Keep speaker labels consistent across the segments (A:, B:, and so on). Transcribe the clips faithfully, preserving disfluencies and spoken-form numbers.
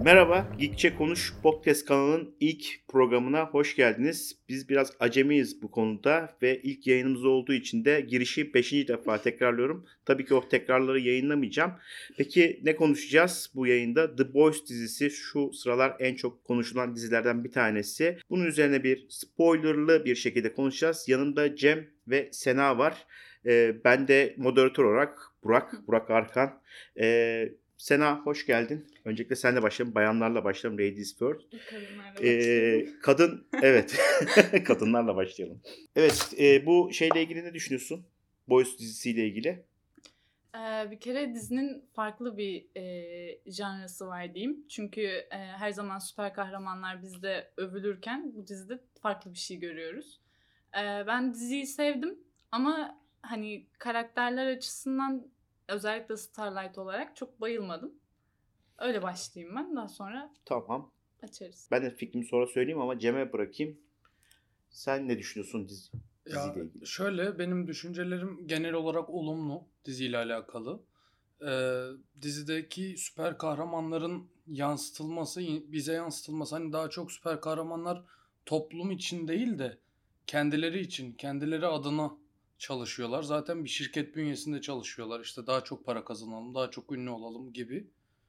A: Merhaba, Geekçe Konuş podcast kanalının ilk programına hoş geldiniz. Biz biraz acemiyiz bu konuda ve ilk yayınımız olduğu için de girişi beşinci defa tekrarlıyorum. Tabii ki o tekrarları yayınlamayacağım. Peki ne konuşacağız bu yayında? The Boys dizisi şu sıralar en çok konuşulan dizilerden bir tanesi. Bunun üzerine bir spoilerlı bir şekilde konuşacağız. Yanımda Cem ve Sena var. Ee, ben de moderatör olarak Burak, Burak Arkan. Ee, Sena hoş geldin. Öncelikle senle başlayalım. Bayanlarla başlayalım. Ladies first.
B: Kadınlarla
A: Ee,
B: başlayalım.
A: kadın, evet. Kadınlarla başlayalım. Evet, e, bu şeyle ilgili ne düşünüyorsun? Boys dizisiyle ilgili.
B: Ee, bir kere dizinin farklı bir e, janrası var diyeyim. Çünkü e, her zaman süper kahramanlar bizde övülürken bu dizide farklı bir şey görüyoruz. Ee, ben diziyi sevdim ama hani karakterler açısından özellikle Starlight olarak çok bayılmadım. Öyle başlayayım ben. Daha sonra
A: Tamam.
B: açarız.
A: Ben de fikrimi sonra söyleyeyim ama Cem'e bırakayım. Sen ne düşünüyorsun dizi,
C: Ya
A: diziyle ilgili?
C: şöyle benim düşüncelerim genel olarak olumlu diziyle alakalı. Ee, dizideki süper kahramanların yansıtılması, bize yansıtılması hani daha çok süper kahramanlar toplum için değil de kendileri için, kendileri adına çalışıyorlar. Zaten bir şirket bünyesinde çalışıyorlar. İşte daha çok para kazanalım, daha çok ünlü olalım gibi.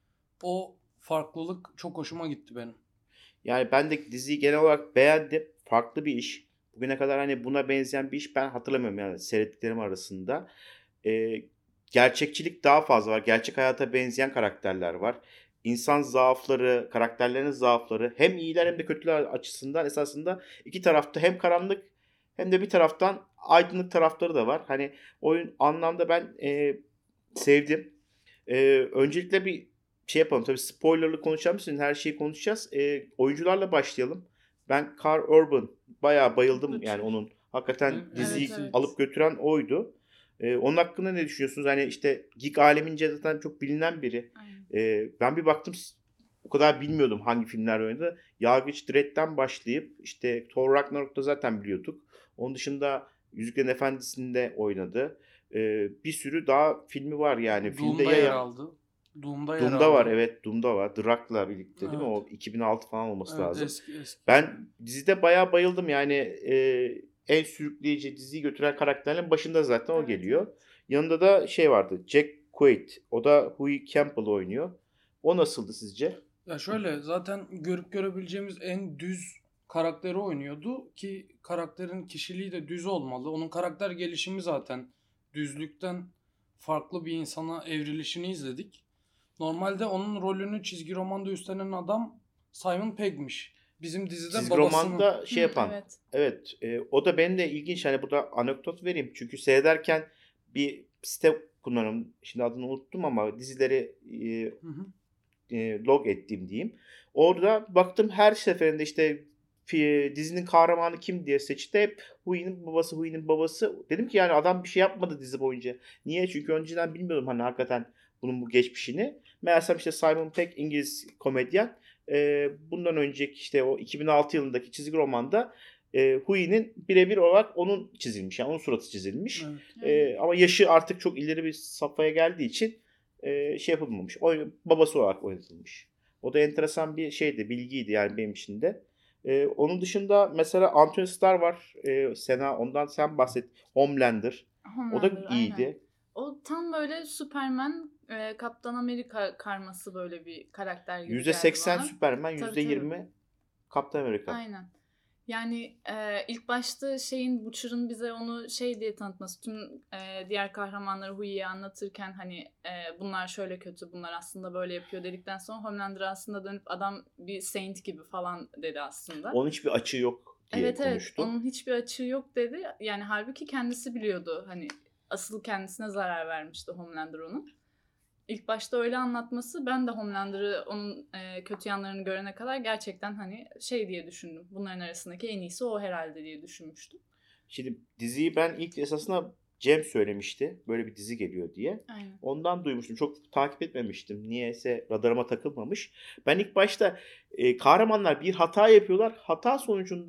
C: O farklılık çok hoşuma gitti benim.
A: Yani ben de diziyi genel olarak beğendim. Farklı bir iş. Bugüne kadar hani buna benzeyen bir iş ben hatırlamıyorum yani seyrettiklerim arasında. Ee, gerçekçilik daha fazla var. Gerçek hayata benzeyen karakterler var. İnsan zaafları, karakterlerin zaafları hem iyiler hem de kötüler açısından esasında iki tarafta hem karanlık hem de bir taraftan aydınlık tarafları da var. Hani oyun anlamda ben e, sevdim. E, öncelikle bir şey yapalım. Tabii spoilerlı konuşacağımız için her şeyi konuşacağız. E, oyuncularla başlayalım. Ben Karl Urban bayağı bayıldım yani onun. Hakikaten
C: En-
A: diziyi
B: Evet, evet.
A: alıp götüren oydu. E, onun hakkında ne düşünüyorsunuz? Hani işte geek alemince zaten çok bilinen biri.
B: Aynen.
A: E, ben bir baktım o kadar bilmiyordum hangi filmler oynadı. Yargıç Dredd'den başlayıp işte Thor Ragnarok'ta zaten biliyorduk. Onun dışında Yüzüklerin Efendisi'nde oynadı. E, bir sürü daha filmi var yani. Filmde
C: Doom'da yer
A: ya
C: aldı. Doom'da yer
A: Doom'da var,
C: aldı.
A: evet, Doom'da var. Drak'la birlikte değil mi?
C: Evet.
A: O iki bin altı falan olması
C: Evet,
A: lazım.
C: eski eski.
A: Ben dizide bayağı bayıldım yani e, en sürükleyici diziyi götüren karakterlerin başında zaten o
B: Evet,
A: geliyor.
B: evet.
A: Yanında da şey vardı, Jack Quaid. O da Huey Campbell oynuyor. O nasıldı sizce?
C: Ya şöyle zaten görüp görebileceğimiz en düz karakteri oynuyordu ki karakterin kişiliği de düz olmalı. Onun karakter gelişimi zaten düzlükten farklı bir insana evrilişini izledik. Normalde onun rolünü çizgi romanda üstlenen adam Simon Pegg'miş. Bizim dizide
A: Çizgi
C: babasının.
A: romanda şey
B: Hı,
A: yapan.
B: evet.
A: Evet, e, o da benim de ilginç. Hani burada anekdot vereyim. Çünkü seyrederken bir site kullanıyorum. Şimdi adını unuttum ama dizileri e,
C: Hı hı.
A: e, log ettiğim diyeyim. Orada baktım her seferinde işte fi- dizinin kahramanı kim diye seçti. Hep Huey'nin babası, Huey'nin babası. Dedim ki yani adam bir şey yapmadı dizi boyunca. Niye? Çünkü önceden bilmiyordum hani hakikaten bunun bu geçmişini. Meğersem işte Simon Pegg İngiliz komedyen. E, bundan önceki işte o iki bin altı yılındaki çizgi romanda e, Huey'nin birebir olarak onun çizilmiş. Yani onun suratı çizilmiş.
C: Evet.
A: E, ama yaşı artık çok ileri bir safhaya geldiği için e, şey yapılmamış. O, babası olarak oynatılmış. O da enteresan bir şeydi, bilgiydi yani benim için de. E, onun dışında mesela Anthony Starr var. E, Sena ondan sen bahset. Homelander. O da
B: Homelander, aynen.
A: iyiydi.
B: O tam böyle Superman, e, Kaptan Amerika karması böyle bir karakter gibi
A: yüzde
B: geldi
A: seksen
B: bana.
A: Superman,
B: Tabii
A: yüzde
B: tabii.
A: yirmi Kaptan Amerika.
B: Aynen. Yani e, ilk başta şeyin Butcher'ın bize onu şey diye tanıtması, tüm e, diğer kahramanları Huey'yi anlatırken hani e, bunlar şöyle kötü, bunlar aslında böyle yapıyor dedikten sonra Homelander aslında dönüp adam bir saint gibi falan dedi aslında.
A: Onun hiçbir açığı yok diye
B: Evet evet,
A: konuştu.
B: onun hiçbir açığı yok dedi. Yani halbuki kendisi biliyordu hani asıl kendisine zarar vermişti Homelander onun. İlk başta öyle anlatması, ben de Homelander'ı onun e, kötü yanlarını görene kadar gerçekten hani şey diye düşündüm. Bunların arasındaki en iyisi o herhalde diye düşünmüştüm.
A: Şimdi diziyi ben ilk esasında Cem söylemişti. Böyle bir dizi geliyor diye.
B: Aynen.
A: Ondan duymuştum. Çok takip etmemiştim. Niyeyse radarıma takılmamış. Ben ilk başta e, kahramanlar bir hata yapıyorlar. Hata sonucunda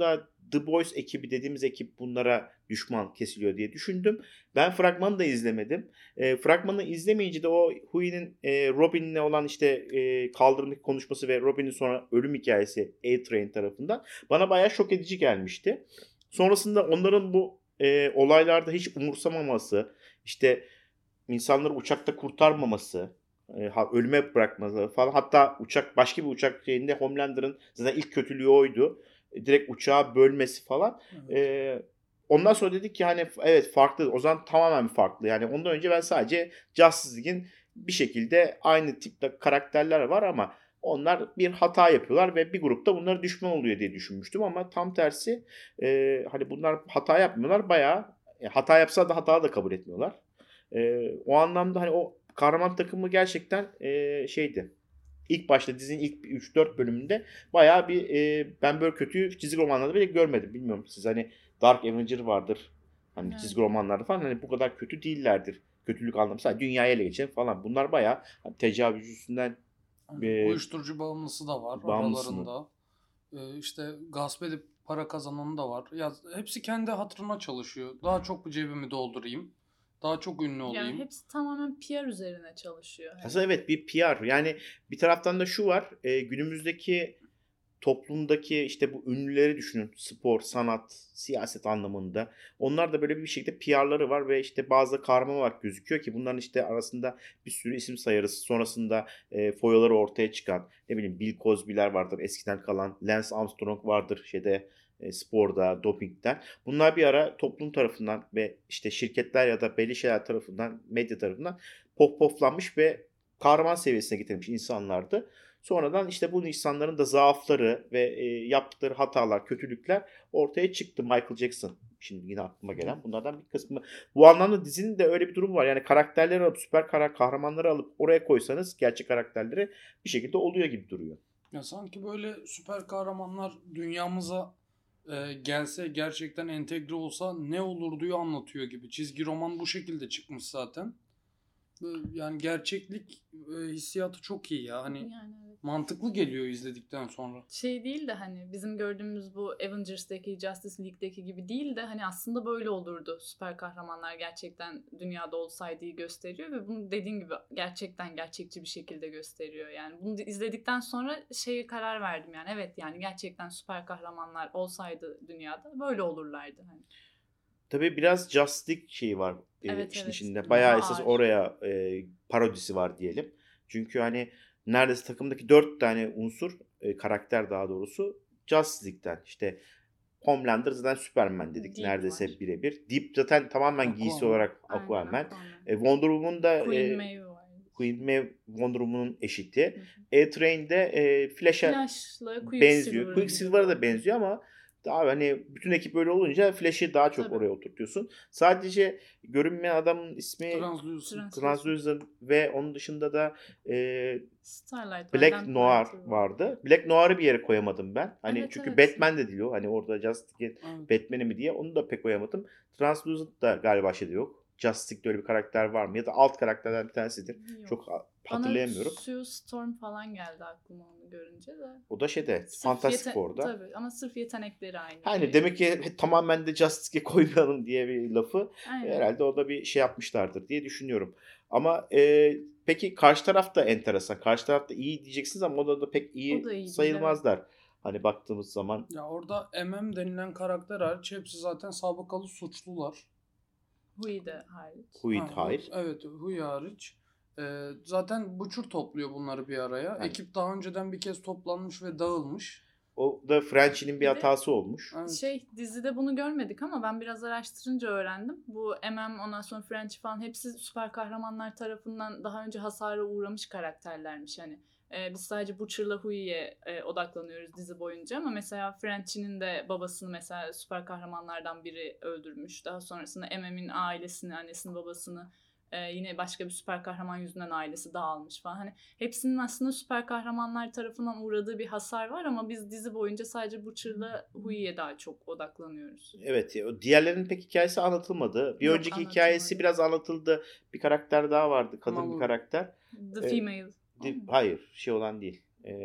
A: The Boys ekibi dediğimiz ekip bunlara düşman kesiliyor diye düşündüm. Ben fragmanı da izlemedim. E, fragmanı izlemeyince de o Huey'nin e, Robin'le olan işte e, kaldırımdaki konuşması ve Robin'in sonra ölüm hikayesi A-Train tarafından bana bayağı şok edici gelmişti. Sonrasında onların bu e, olaylarda hiç umursamaması, işte insanları uçakta kurtarmaması, e, ölüme bırakması falan. Hatta uçak başka bir uçak şeyinde Homelander'ın zaten ilk kötülüğü oydu. E, direkt uçağı bölmesi falan.
C: Evet.
A: E, ondan sonra dedik ki hani evet farklı. O zaman tamamen farklı. Yani ondan önce ben sadece Justice League'in bir şekilde aynı tipte karakterler var ama onlar bir hata yapıyorlar ve bir grupta bunlara düşman oluyor diye düşünmüştüm ama tam tersi e, hani bunlar hata yapmıyorlar bayağı e, hata yapsa da hata da kabul etmiyorlar. E, o anlamda hani o kahraman takımı gerçekten e, şeydi. İlk başta dizinin ilk üç dört bölümünde bayağı bir e, ben böyle kötü çizgi romanlarda bile görmedim. Bilmiyorum siz hani Dark Avenger vardır. Hani
B: Evet.
A: çizgi romanlarda falan hani bu kadar kötü değillerdir. Kötülük anlamı sadece dünyaya ele geçen falan. Bunlar bayağı hani tecavüz üstünden
C: Hani
A: e,
C: uyuşturucu bağımlısı da var
A: bağımlısını.
C: aralarında. Ee, işte gasp edip para kazananı da var. Ya hepsi kendi hatırına çalışıyor. Daha çok cebimi doldurayım. Daha çok ünlü
B: Yani
C: olayım.
B: hepsi tamamen P R üzerine çalışıyor. Hani.
A: Aslında evet bir P R. Yani bir taraftan da şu var. E, günümüzdeki toplumdaki işte bu ünlüleri düşünün. Spor, sanat, siyaset anlamında. Onlar da böyle bir şekilde P R'ları var ve işte bazı kahraman olarak gözüküyor ki bunların işte arasında bir sürü isim sayarız. Sonrasında e, foyaları ortaya çıkan ne bileyim Bill Cosby'ler vardır eskiden kalan. Lance Armstrong vardır şeyde e, sporda, dopingten. Bunlar bir ara toplum tarafından ve işte şirketler ya da belli şeyler tarafından, medya tarafından pop poplanmış ve kahraman seviyesine getirilmiş insanlardı. Sonradan işte bu insanların da zaafları ve e, yaptıkları hatalar, kötülükler ortaya çıktı. Michael Jackson şimdi yine aklıma gelen bunlardan bir kısmı. Bu anlamda dizinin de öyle bir durum var. Yani karakterleri alıp süper kara kahramanları alıp oraya koysanız gerçek karakterleri bir şekilde oluyor gibi duruyor.
C: Ya sanki böyle süper kahramanlar dünyamıza e, gelse gerçekten entegre olsa ne olurduyu anlatıyor gibi. Çizgi roman bu şekilde çıkmış zaten. Yani gerçeklik e, hissiyatı çok iyi ya. Hani
B: Yani evet.
C: mantıklı geliyor izledikten sonra.
B: Şey değil de hani bizim gördüğümüz bu Avengers'daki, Justice League'deki gibi değil de hani aslında böyle olurdu. Süper kahramanlar gerçekten dünyada olsaydı gösteriyor ve bunu dediğin gibi gerçekten gerçekçi bir şekilde gösteriyor. Yani bunu izledikten sonra şeye karar verdim yani evet yani gerçekten süper kahramanlar olsaydı dünyada böyle olurlardı hani.
A: Tabii biraz Just League şeyi var e,
B: Evet
A: işin
B: evet.
A: içinde.
B: Daha
A: Bayağı esas
B: ağır.
A: oraya e, parodisi var diyelim. Çünkü hani neredeyse takımdaki dört tane unsur, e, karakter daha doğrusu Just League'den. İşte Homelander zaten Superman dedik.
B: Deep var.
A: Neredeyse birebir. Deep zaten tamamen giysi
C: Aquaman.
A: olarak
B: Aynen
A: Aquaman.
B: Aquaman.
A: E, Wonder Woman da
B: Queen
A: e,
B: Maeve var.
A: Queen Maeve Wonder Woman'ın eşiti.
B: Hı hı.
A: A-Train de e, Flash'a
B: Flash'la
A: benziyor.
B: Quicksilver'ın gibi
A: Quicksilver'a da
B: oluyor.
A: benziyor ama daha hani bütün ekip böyle olunca Flash'ı daha çok
B: Tabii.
A: oraya oturtuyorsun. Sadece görünmeyen adamın ismi
C: Translucent.
A: Translucent ve onun dışında da e,
B: Starlight var.
A: Black
B: Lamplighter
A: Noir
B: var.
A: vardı. Black Noir'ı bir yere koyamadım ben. Hani
B: Evet,
A: çünkü
B: evet.
A: Batman de diyor. Hani orada Justice League
C: Evet.
A: Batman'i mi diye onu da pek koyamadım. Translucent da galiba şeyde yok. Justice League'de öyle bir karakter var mı? Ya da alt karakterlerden bir tanesidir.
B: Yok.
A: Çok
B: Bana
A: hatırlayamıyorum.
B: Sue Storm falan geldi aklıma onu görünce de.
A: O da şeyde
B: Sırf
A: Fantastic
B: yete-
A: Four'da.
B: Tabii ama sırf yetenekleri aynı.
A: Hani
B: değil.
A: demek ki tamamen de Justice'e koymayalım diye bir lafı
B: Aynen.
A: herhalde o da bir şey yapmışlardır diye düşünüyorum. Ama e, peki karşı taraf da enteresan. Karşı taraf da iyi diyeceksiniz ama o da, da pek iyi,
B: O da iyi değil,
A: sayılmazlar. Hani baktığımız zaman
C: Ya orada M M denilen karakter hariç hepsi zaten sabıkalı suçlular.
B: Hui de hariç.
A: Huid
C: Ha,
A: hayır.
C: Evet, Huy hariç. Ee, zaten Butcher topluyor bunları bir araya.
A: Yani-
C: Ekip daha önceden bir kez toplanmış ve dağılmış.
A: O da Frenchie'nin bir
B: Bir de-
A: hatası olmuş.
C: Evet.
B: Şey dizide bunu görmedik ama ben biraz araştırınca öğrendim. Bu M M ondan sonra French falan hepsi süper kahramanlar tarafından daha önce hasara uğramış karakterlermiş hani. Ee, biz sadece Butcher'la Hui'ye e, odaklanıyoruz dizi boyunca ama mesela Frenchie'nin de babasını mesela süper kahramanlardan biri öldürmüş. Daha sonrasında M M'in ailesini, annesini, babasını e, yine başka bir süper kahraman yüzünden ailesi dağılmış falan. Hani hepsinin aslında süper kahramanlar tarafından uğradığı bir hasar var ama biz dizi boyunca sadece Butcher'la Hui'ye daha çok odaklanıyoruz.
A: Evet, o diğerlerinin pek hikayesi anlatılmadı. Bir
B: Yok,
A: önceki
B: anlatılmadı.
A: hikayesi biraz anlatıldı. Bir karakter daha vardı, kadın
C: Mallory.
A: bir karakter.
B: The
A: Ee,
B: Female.
A: Di- Hayır, şey olan değil. Ee,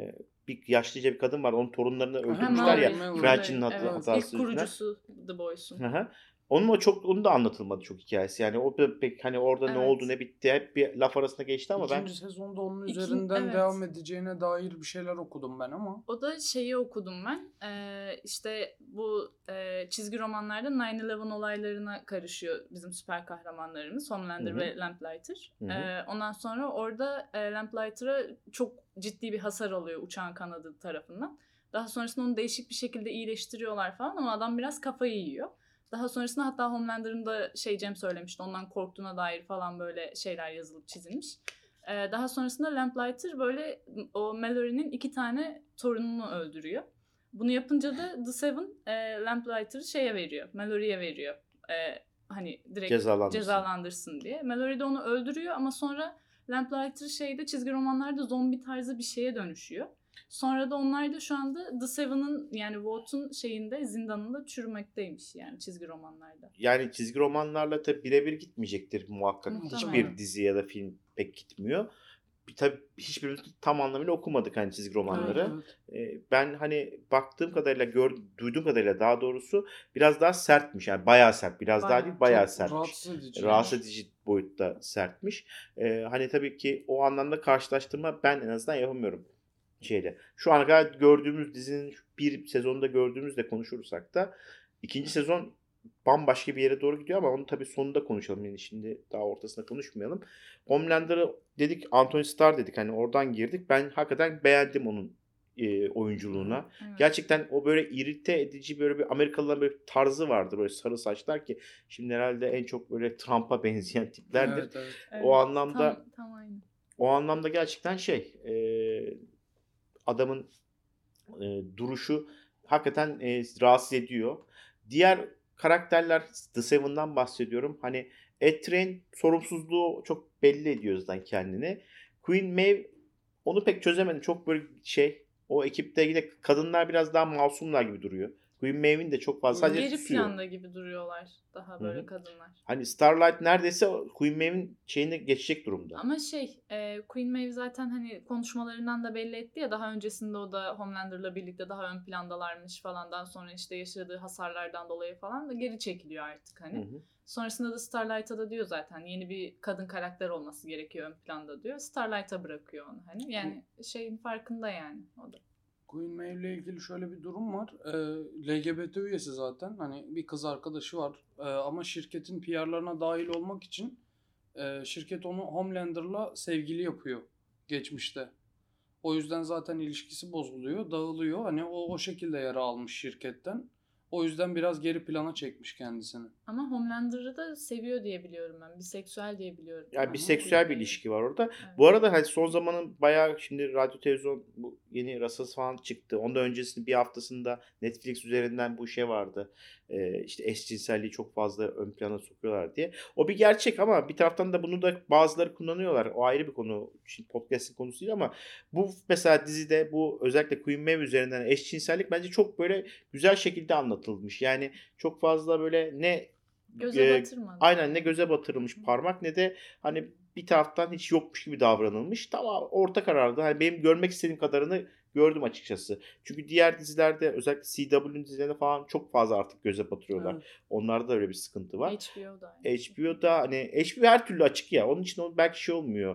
A: bir yaşlıca bir kadın var. Onun torunlarını
C: Aha,
A: öldürmüşler ya.
C: Mallory,
A: French'in
B: Mallory,
A: hat-
B: evet.
A: hatası
B: İlk
A: yüzünden.
B: kurucusu The Boys'un.
A: Hı hı. Onun o çok onu da anlatılmadı çok hikayesi. Yani o da pek hani orada ne oldu
B: Evet.
A: ne bitti hep bir laf arasında geçti ama ben
C: İkinci sezonda onun
B: İkin-
C: üzerinden
B: evet.
C: devam edeceğine dair bir şeyler okudum ben ama.
B: O da şeyi okudum ben. Ee, işte bu e, çizgi romanlarda nine eleven olaylarına karışıyor bizim süper kahramanlarımız. Homelander
A: Hı hı.
B: ve Lamplighter.
A: Hı hı.
B: Ee, ondan sonra orada e, Lamplighter'a çok ciddi bir hasar alıyor uçağın kanadı tarafından. Daha sonrasında onu değişik bir şekilde iyileştiriyorlar falan ama adam biraz kafayı yiyor. Daha sonrasında hatta Homelander'ın da şey Cem söylemişti, ondan korktuğuna dair falan böyle şeyler yazılıp çizilmiş. Ee, daha sonrasında Lamplighter böyle o Mallory'nin iki tane torununu öldürüyor. Bunu yapınca da The Seven e, Lamplighter'ı şeye veriyor, Mallory'ye veriyor. E, hani direkt
A: Cezalandırsın.
B: cezalandırsın diye. Mallory de onu öldürüyor ama sonra Lamplighter şeyde çizgi romanlarda zombi tarzı bir şeye dönüşüyor. Sonra da onlar da şu anda The Seven'ın yani Vaught'un şeyinde zindanında çürümekteymiş yani çizgi romanlarda.
A: Yani çizgi romanlarla tabii birebir gitmeyecektir muhakkak.
B: Muhtemelen.
A: Hiçbir dizi ya da film pek gitmiyor. Bir- Tabii hiçbirimiz tam anlamıyla okumadık hani çizgi romanları.
C: Evet,
A: Ee, Ben hani baktığım kadarıyla, gör, duyduğum kadarıyla daha doğrusu biraz daha sertmiş. Yani bayağı sert. Biraz daha
B: Bayağı.
A: değil, bayağı
C: Çok
A: sertmiş.
C: rahatsız edici.
A: Rahatsız edici boyutta sertmiş. Ee, hani tabii ki o anlamda karşılaştırma ben en azından yapamıyorum şeyle. Şu ana kadar gördüğümüz dizinin bir sezonunda gördüğümüzde konuşursak da ikinci sezon bambaşka bir yere doğru gidiyor ama onu tabii sonunda konuşalım. Yani şimdi daha ortasında konuşmayalım. Homelander'ı dedik, Anthony Starr dedik, hani oradan girdik. Ben hakikaten beğendim onun e, oyunculuğuna.
B: Evet.
A: Gerçekten o böyle irite edici böyle bir Amerikalıların böyle tarzı vardı, böyle sarı saçlar ki şimdi herhalde en çok böyle Trump'a benzeyen tiplerdir.
C: Evet, evet.
B: Evet,
A: O anlamda
B: tam, tam aynı.
A: o anlamda gerçekten şey e, adamın e, duruşu hakikaten e, rahatsız ediyor. Diğer karakterler, The Seven'dan bahsediyorum. Hani Ed Train sorumsuzluğu çok belli ediyor zaten kendini. Queen Maeve onu pek çözemedim. Çok böyle şey, o ekipte yine kadınlar biraz daha masumlar gibi duruyor. Queen Maeve'in de çok fazla sadece
B: Geri
A: susuyor.
B: planda gibi duruyorlar daha böyle
A: Hı hı.
B: kadınlar.
A: Hani Starlight neredeyse Queen Maeve'in şeyine geçecek durumda.
B: Ama şey e, Queen Maeve zaten hani konuşmalarından da belli etti ya, daha öncesinde o da Homelander'la birlikte daha ön plandalarmış falan, daha sonra işte yaşadığı hasarlardan dolayı falan da geri çekiliyor artık hani.
A: Hı hı.
B: Sonrasında da Starlight'a da diyor zaten yeni bir kadın karakter olması gerekiyor ön planda diyor. Starlight'a bırakıyor onu hani. Yani şeyin farkında yani o da.
C: Queen Maeve ile ilgili şöyle bir durum var. Ee, L G B T üyesi zaten. Hani bir kız arkadaşı var. Ee, ama şirketin P R'larına dahil olmak için e, şirket onu Homelander'la sevgili yapıyor geçmişte. O yüzden zaten ilişkisi bozuluyor, dağılıyor. Hani o o şekilde yara almış şirketten. O yüzden biraz geri plana çekmiş kendisini.
B: Ama Homelander'ı da seviyor diye biliyorum ben. Biseksüel diye biliyorum.
A: Yani
C: Hı.
A: biseksüel bir ilişki var orada.
B: Evet.
A: Bu arada hani son zamanın bayağı şimdi radyo televizyon bu yeni Russell falan çıktı. Ondan öncesinde bir haftasında Netflix üzerinden bu şey vardı. Ee, işte eşcinselliği çok fazla ön plana sokuyorlar diye. O bir gerçek ama bir taraftan da bunu da bazıları kullanıyorlar. O ayrı bir konu. Şimdi podcast'in konusu değil ama bu mesela dizide bu özellikle Queen Maeve üzerinden eşcinsellik bence çok böyle güzel şekilde anlatılmış. Yani çok fazla böyle ne
B: Göze
A: e,
B: batırmadı.
A: aynen ne göze batırılmış parmak ne de hani bir taraftan hiç yokmuş gibi davranılmış. Tamam, orta karardı. Hani benim görmek istediğim kadarını gördüm açıkçası. Çünkü diğer dizilerde özellikle C W'nin dizilerinde falan çok fazla artık göze batırıyorlar.
C: Evet.
A: Onlarda da öyle bir sıkıntı var.
B: H B O'da aynı.
A: H B O'da hani H B O her türlü açık ya. Onun için o belki şey olmuyor.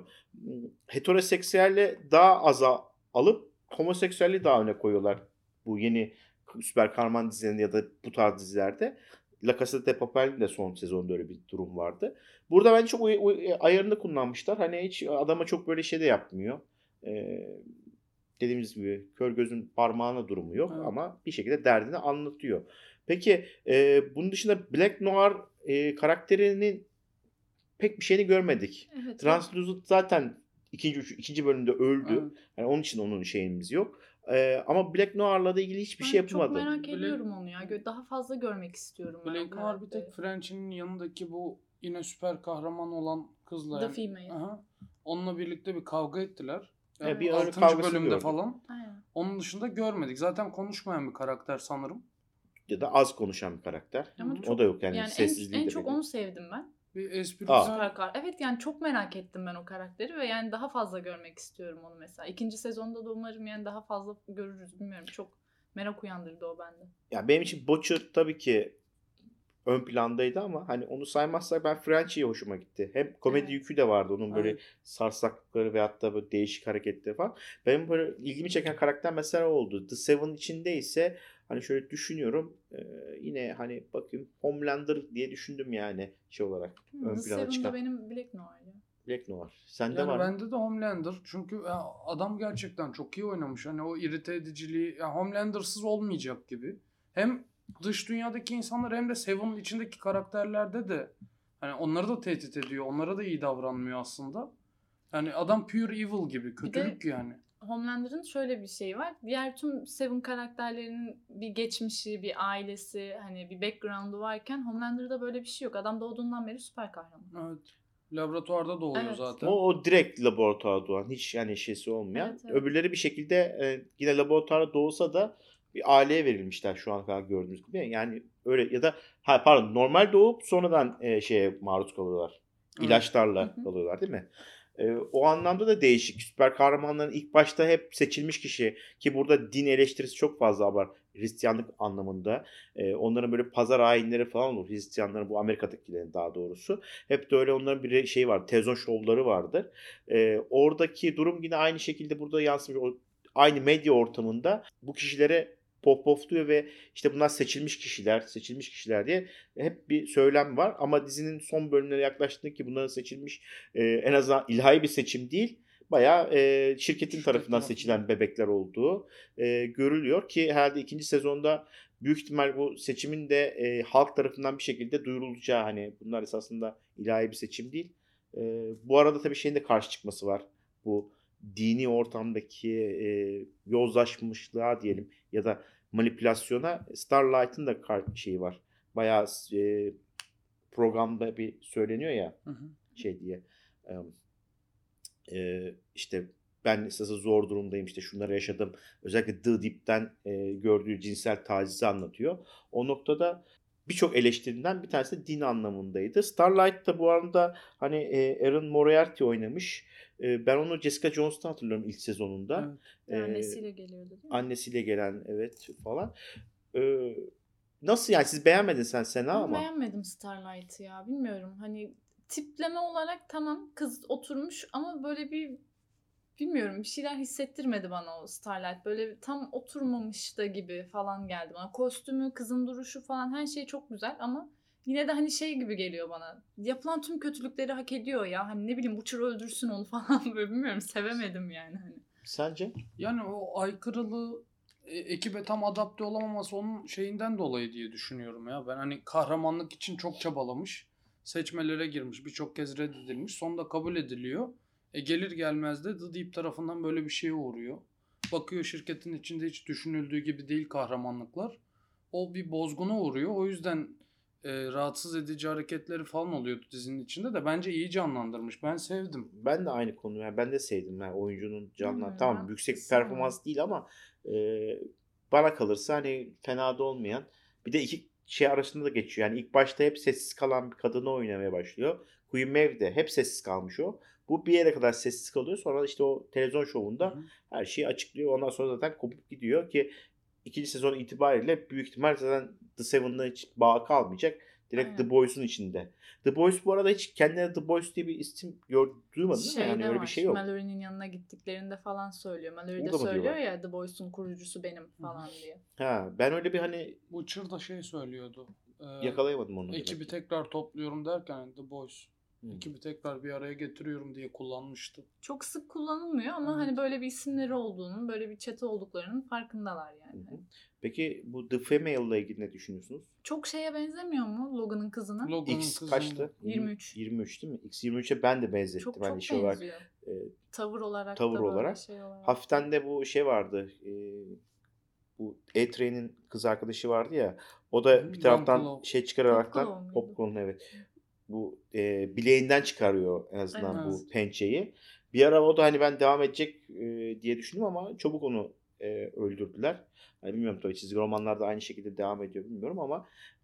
A: Heteroseksüelle daha aza alıp homoseksüelliği daha öne koyuyorlar. Bu yeni süper kahraman dizilerinde ya da bu tarz dizilerde. La Casa de Papel'in de son sezonda öyle bir durum vardı. Burada bence çok uy- uy- ayarını kullanmışlar. Hani hiç adama çok böyle şey de yapmıyor. Ee, dediğimiz gibi kör gözün parmağına durumu yok
C: Evet.
A: ama bir şekilde derdini anlatıyor. Peki e, bunun dışında Black Noir e, karakterinin pek bir şeyini görmedik.
B: Evet.
A: Translucent zaten ikinci üç, ikinci bölümde öldü.
C: Evet.
A: Yani onun için onun şeyimiz yok. Ee, ama Black Noir'la da ilgili hiçbir
B: Ben
A: şey
B: çok
A: yapamadı.
B: merak
C: Black-
B: ediyorum onu ya. Gö- Daha fazla görmek istiyorum ben
C: Black
B: o
C: Noir bir
B: karakteri.
C: tek French'in yanındaki bu yine süper kahraman olan kızla.
B: The
C: yani-
B: Female.
C: Aha. Onunla birlikte bir kavga ettiler.
A: Evet,
C: Yani
A: bir öyle
C: altıncı
A: kavgasını
C: bölümde
A: gördük.
C: falan.
B: Aynen.
C: Onun dışında görmedik. Zaten konuşmayan bir karakter sanırım.
A: Ya da az konuşan bir karakter.
B: Ama
C: Hı hı.
B: çok,
A: O da yok yani,
B: yani en,
A: sessizliği
B: en
A: de
B: çok
A: belli.
B: onu sevdim ben.
C: Bir esprisi.
A: Aa.
B: Süper kahraman. Evet yani çok merak ettim ben o karakteri ve yani daha fazla görmek istiyorum onu mesela. İkinci sezonda da umarım yani daha fazla görürüz, bilmiyorum. Çok merak uyandırdı o bende.
A: Ya benim için Butcher tabii ki ön plandaydı ama hani onu saymazsak ben Frenchie hoşuma gitti. Hem komedi
B: Evet.
A: yükü de vardı onun böyle
C: Evet.
A: sarsaklıkları veyahut da böyle değişik hareketleri falan. Benim böyle ilgimi çeken karakter mesela oldu. The Seven içinde ise hani şöyle düşünüyorum e, yine hani bakayım Homelander diye düşündüm yani şey olarak
B: Hmm,
A: ön
B: The
A: plana
B: Seven'da
A: çıkan.
B: benim Black Noir ya.
A: Black Noir. Sende
C: Yani
A: var mı?
C: bende de Homelander. Çünkü ya adam gerçekten çok iyi oynamış. Hani o irite ediciliği ya Homelander'sız olmayacak gibi. Hem dış dünyadaki insanlar hem de Seven'ın içindeki karakterlerde de hani onları da tehdit ediyor. Onlara da iyi davranmıyor aslında. Yani adam pure evil gibi.
B: Bir de
C: Kötülük yani.
B: Homelander'ın şöyle bir şeyi var. Diğer tüm Seven karakterlerinin bir geçmişi, bir ailesi, hani bir background'u varken Homelander'da böyle bir şey yok. Adam doğduğundan beri süper kahraman.
C: Evet. Laboratuvarda doğuyor
B: Evet.
C: zaten.
A: O, o direkt laboratuvarda doğan, hiç yani şeysi olmayan.
B: Evet, evet.
A: Öbürleri bir şekilde e, yine laboratuvarda doğsa da bir aileye verilmişler şu ana kadar gördüğünüz gibi. Yani öyle ya da ha pardon normal doğup sonradan e, şeye maruz kalıyorlar.
C: Evet.
A: İlaçlarla
B: Hı hı.
A: kalıyorlar değil mi? E, o anlamda da değişik. Süper kahramanların ilk başta hep seçilmiş kişi ki burada din eleştirisi çok fazla var. Hristiyanlık anlamında. E, onların böyle pazar ayinleri falan olur. Hristiyanların bu Amerika'dakilerin daha doğrusu. Hep de öyle onların bir şey var. Televizyon şovları vardır. E, oradaki durum yine aynı şekilde burada yansımış. O, aynı medya ortamında bu kişilere pop pofluyor ve işte bunlar seçilmiş kişiler, seçilmiş kişiler diye hep bir söylem var. Ama dizinin son bölümlerine yaklaştığında ki bunların seçilmiş e, en azından ilahi bir seçim değil, bayağı e, şirketin
C: Şirket
A: tarafından
C: tarafından.
A: seçilen bebekler olduğu e, görülüyor ki herhalde ikinci sezonda büyük ihtimal bu seçimin de e, halk tarafından bir şekilde duyurulacağı, hani bunlar esasında ilahi bir seçim değil. E, bu arada tabii şeyin de karşı çıkması var. Bu dini ortamdaki e, yozlaşmışlığa diyelim ya da manipülasyona Starlight'ın da kar- şeyi var. Bayağı e, programda bir söyleniyor ya
C: Hı hı.
A: şey diye. E, e, işte ben esasında zor durumdayım, işte şunları yaşadım. Özellikle The Deep'ten e, gördüğü cinsel tacizi anlatıyor. O noktada birçok eleştiriden bir tanesi de din anlamındaydı. Starlight da bu arada hani e, Erin Moriarty oynamış. E, ben onu Jessica Jones'ta hatırlıyorum ilk sezonunda.
C: Evet.
B: Ve
A: E,
B: annesiyle geliyordu değil mi?
A: annesiyle gelen evet falan. E, nasıl yani, siz beğenmedin sen Sena
B: Ben
A: ama.
B: beğenmedim Starlight'ı ya. Bilmiyorum. Hani tipleme olarak tamam, kız oturmuş ama böyle bir, bilmiyorum, bir şeyler hissettirmedi bana o Starlight. Böyle tam oturmamış da gibi falan geldi bana. Kostümü, kızın duruşu falan her şey çok güzel ama yine de hani şey gibi geliyor bana. Yapılan tüm kötülükleri hak ediyor ya. Hani ne bileyim Butcher öldürsün onu falan böyle, bilmiyorum, sevemedim yani hani.
A: Sence?
C: Yani o aykırılığı e, ekibe tam adapte olamaması onun şeyinden dolayı diye düşünüyorum ya. Ben hani kahramanlık için çok çabalamış. Seçmelere girmiş. Birçok kez reddedilmiş. Sonunda kabul ediliyor. E gelir gelmez de The Deep tarafından böyle bir şeye uğruyor. Bakıyor şirketin içinde hiç düşünüldüğü gibi değil kahramanlıklar. O bir bozguna uğruyor. O yüzden e, rahatsız edici hareketleri falan oluyordu dizinin içinde de. Bence iyi canlandırmış. Ben sevdim.
A: Ben de aynı konu. Yani ben de sevdim. Yani oyuncunun canlan.
B: Bilmiyorum,
A: Tamam
B: ben
A: yüksek bir
B: ısınamadım.
A: performans değil ama e, bana kalırsa hani fena da olmayan. Bir de iki şey arasında da geçiyor. Yani ilk başta hep sessiz kalan bir kadını oynamaya başlıyor. Queen Maeve de hep sessiz kalmış o. Bu bir yere kadar sessiz kalıyor. Sonra işte o televizyon
C: Hı
A: şovunda
C: hı.
A: her şeyi açıklıyor. Ondan sonra zaten kopup gidiyor ki ikinci sezon itibariyle büyük ihtimal zaten The Seven'la hiç bağ kalmayacak. Direkt
B: Aynen.
A: The Boys'un içinde. The Boys bu arada hiç kendine The Boys diye bir isim gör, duymadın değil mi? Yani
B: Şeyde
A: öyle bir
B: var.
A: şey yok.
B: Mallory'nin yanına gittiklerinde falan söylüyor. Mallory de
A: Burada mı
B: söylüyor
A: diyorlar?
B: ya The Boys'un kurucusu benim falan diye.
A: Ha, ben öyle bir hani
C: Butcher da şey söylüyordu. E,
A: yakalayamadım onu demek
C: Ekibi
A: ki.
C: tekrar topluyorum derken The Boys
A: Hmm.
C: ekibi tekrar bir araya getiriyorum diye kullanmıştı.
B: Çok sık kullanılmıyor ama
C: Evet.
B: hani böyle bir isimleri olduğunun, böyle bir çete olduklarının farkındalar yani.
A: Hı hı. Peki bu The Female ile ilgili ne düşünüyorsunuz?
B: Çok şeye benzemiyor mu Logan'ın kızına?
C: Logan'ın
A: X
C: kızında.
A: kaçtı?
B: yirmi üç.
A: yirmi üç değil mi? X yirmi üçe ben de benzettim.
B: Çok
A: Hani
B: çok
A: şey olarak,
B: benziyor.
A: e,
B: Tavır olarak
A: tavır
B: da böyle
A: olarak.
B: şey olarak.
A: Hafiften de bu şey vardı. E, bu A-Train'in kız arkadaşı vardı ya. O da
C: Hı,
A: bir taraftan
C: Dunklo.
A: şey çıkararaktan
B: Popcorn muydu?
A: popcorn evet. Bu e, bileğinden çıkarıyor en azından
B: Evet.
A: bu pençeyi. Bir ara o da hani ben devam edecek e, diye düşündüm ama çabuk onu e, öldürdüler. Hani bilmiyorum tabii çizgi romanlarda aynı şekilde devam ediyor bilmiyorum ama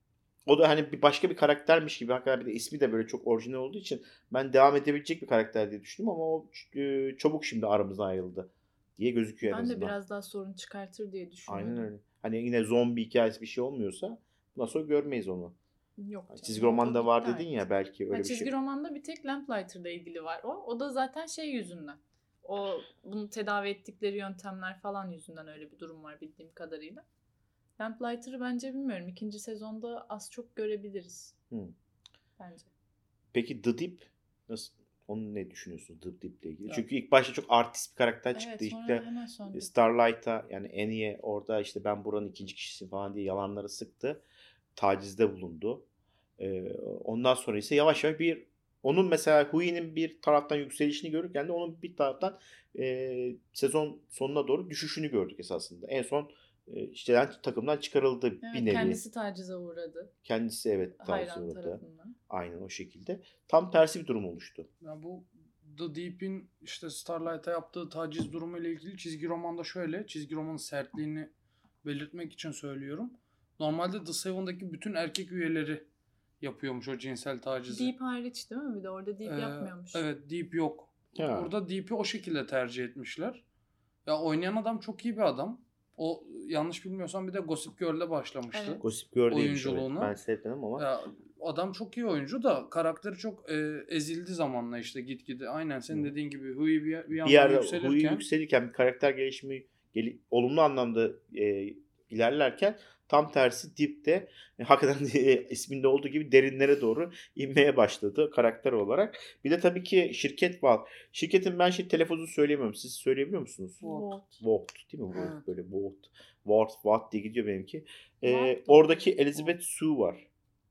A: o da hani bir başka bir karaktermiş gibi. Hakikaten bir de ismi de böyle çok orijinal olduğu için ben devam edebilecek bir karakter diye düşündüm ama o e, çabuk şimdi aramızdan ayrıldı diye gözüküyor en
B: Ben de
A: azından.
B: biraz daha sorun çıkartır diye
A: Aynen
B: düşünüyordum.
A: öyle. Hani yine zombi hikayesi bir şey olmuyorsa bundan sonra görmeyiz onu.
B: Yok
A: Hani
B: canım,
A: çizgi
B: o- o
A: romanda
B: gitti
A: var dedin
B: artık.
A: ya belki
B: Ha,
A: öyle bir
B: çizgi
A: şey.
B: romanda bir tek Lamplighter'la ilgili var o. O da zaten şey yüzünden. O bunu tedavi ettikleri yöntemler falan yüzünden öyle bir durum var bildiğim kadarıyla. Lamplighter'ı bence bilmiyorum. İkinci sezonda az çok görebiliriz.
A: Hı.
B: Bence.
A: Peki The Deep nasıl? Onu ne düşünüyorsun The Deep'le ilgili?
C: Ya,
A: Çünkü ilk başta çok artist bir karakter çıktı.
B: Evet, sonra
A: İşte
B: hemen söndü.
A: Starlight'a yani Annie'ye orada işte ben buranın ikinci kişisi falan diye yalanları sıktı. Tacizde bulundu. Ee, ondan sonra ise yavaş yavaş bir onun mesela Hui'nin bir taraftan yükselişini görürken de onun bir taraftan e, sezon sonuna doğru düşüşünü gördük esasında. En son e, işte yani takımdan çıkarıldı bir
B: Evet,
A: nevi.
B: kendisi tacize uğradı.
A: Kendisi evet tacize
B: Hayran
A: uğradı.
B: tarafından.
A: Aynen o şekilde. Tam tersi bir durum oluştu.
C: ya bu The Deep'in işte Starlight'a yaptığı taciz durumu ile ilgili çizgi romanda şöyle, çizgi romanın sertliğini belirtmek için söylüyorum. Normalde The Seven'daki bütün erkek üyeleri yapıyormuş o cinsel tacizi.
B: Deep hariç değil mi? Bir de orada Deep
C: Ee,
B: yapmıyormuş.
C: Evet, Deep yok.
A: Ha.
C: Burada Deep'i o şekilde tercih etmişler. Ya oynayan adam çok iyi bir adam. O yanlış bilmiyorsam bir de Gossip Girl'le başlamıştı.
B: Evet.
A: Gossip Girl değilmiş evet.
C: Oyunculuğunu.
A: Ben sevdim ama.
C: Ya adam çok iyi oyuncu da karakteri çok e, ezildi zamanla işte gitgide. Aynen senin
A: Hı.
C: dediğin gibi Hui bir, bir
A: Bir
C: yandan
A: yerde Hui
C: yükselirken
A: yükselirken bir karakter gelişimi gel- olumlu anlamda e, ilerlerken tam tersi Deep'te e, hakikaten e, isminde olduğu gibi derinlere doğru inmeye başladı karakter olarak. Bir de tabii ki şirket var. Şirketin ben şey telafuzunu söyleyemiyorum. Siz söyleyebiliyor musunuz?
B: Volt.
A: Volt değil mi? Volt
C: Evet.
A: böyle Volt. Volt, Watt diye gidiyor benimki. E,
B: Watt da
A: oradaki
B: olabilir.
A: Elizabeth Sue var.